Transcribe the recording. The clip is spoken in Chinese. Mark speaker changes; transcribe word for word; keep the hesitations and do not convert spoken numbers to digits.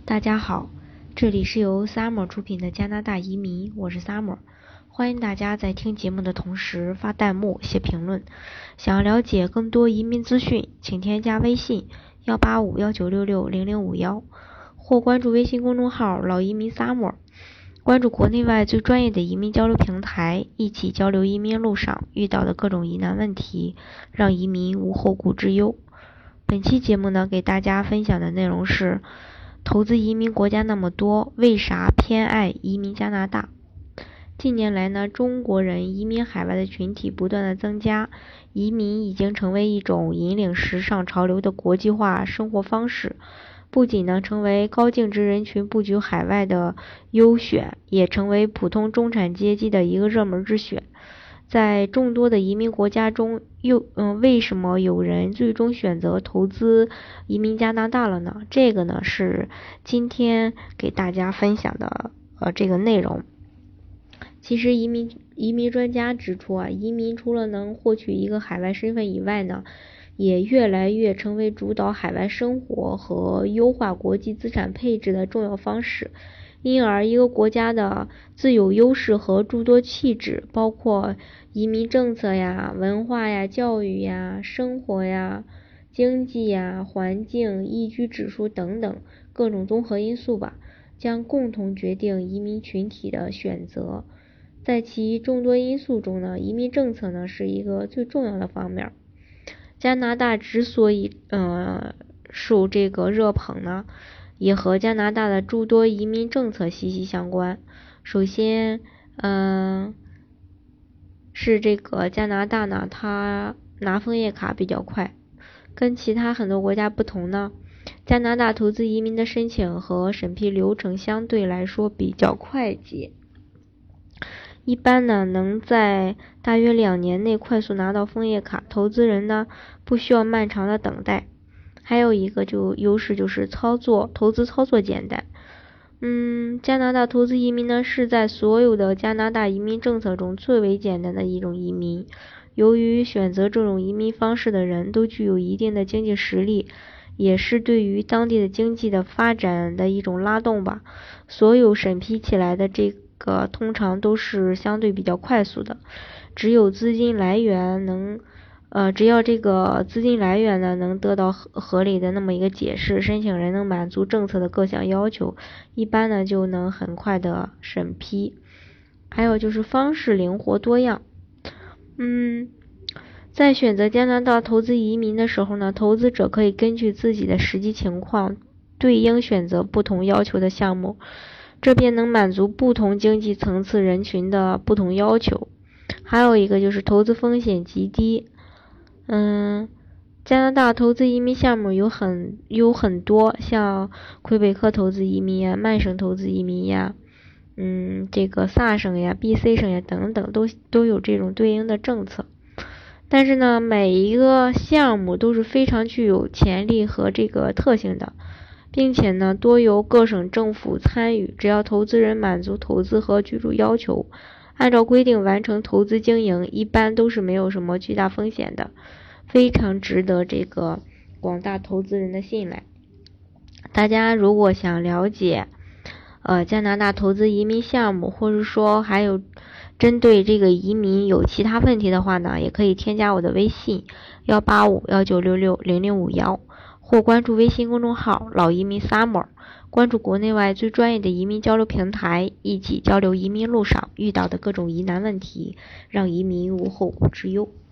Speaker 1: 大家好，这里是由 Summer 出品的加拿大移民，我是 Summer， 欢迎大家在听节目的同时发弹幕、写评论。想要了解更多移民资讯，请添加微信幺八五幺九六六零零五幺，或关注微信公众号老移民 Summer， 关注国内外最专业的移民交流平台，一起交流移民路上遇到的各种疑难问题，让移民无后顾之忧。本期节目呢，给大家分享的内容是投资移民国家那么多，为啥偏爱移民加拿大？近年来呢，中国人移民海外的群体不断的增加，移民已经成为一种引领时尚潮流的国际化生活方式，不仅呢成为高净值人群布局海外的优选，也成为普通中产阶级的一个热门之选。在众多的移民国家中，又嗯，为什么有人最终选择投资移民加拿大了呢？这个呢是今天给大家分享的呃这个内容。其实移民移民专家指出啊，移民除了能获取一个海外身份以外呢，也越来越成为主导海外生活和优化国际资产配置的重要方式。因而一个国家的自有优势和诸多气质，包括移民政策呀、文化呀、教育呀、生活呀、经济呀、环境、宜居指数等等各种综合因素吧，将共同决定移民群体的选择。在其众多因素中呢，移民政策呢是一个最重要的方面。加拿大之所以呃受这个热捧呢，也和加拿大的诸多移民政策息息相关。首先，嗯、呃，是这个加拿大呢，它拿枫叶卡比较快，跟其他很多国家不同呢，加拿大投资移民的申请和审批流程相对来说比较快捷，一般呢能在大约两年内快速拿到枫叶卡，投资人呢不需要漫长的等待。还有一个就优势就是操作投资操作简单。嗯，加拿大投资移民呢是在所有的加拿大移民政策中最为简单的一种移民。由于选择这种移民方式的人都具有一定的经济实力，也是对于当地的经济的发展的一种拉动吧。所有审批起来的这个通常都是相对比较快速的，只有资金来源能呃，只要这个资金来源呢能得到合合理的那么一个解释，申请人能满足政策的各项要求，一般呢就能很快的审批。还有就是方式灵活多样。嗯，在选择加拿大投资移民的时候呢，投资者可以根据自己的实际情况对应选择不同要求的项目，这便能满足不同经济层次人群的不同要求。还有一个就是投资风险极低。嗯，加拿大投资移民项目有很有很多，像魁北克投资移民呀、曼省投资移民呀、嗯，这个萨省呀、B C 省呀等等，都都有这种对应的政策。但是呢，每一个项目都是非常具有潜力和这个特性的，并且呢，多由各省政府参与。只要投资人满足投资和居住要求，按照规定完成投资经营，一般都是没有什么巨大风险的，非常值得这个广大投资人的信赖。大家如果想了解呃加拿大投资移民项目，或者说还有针对这个移民有其他问题的话呢，也可以添加我的微信幺八五幺九六六零零五幺，或关注微信公众号老移民 Summer， 关注国内外最专业的移民交流平台，一起交流移民路上遇到的各种疑难问题，让移民无后顾之忧。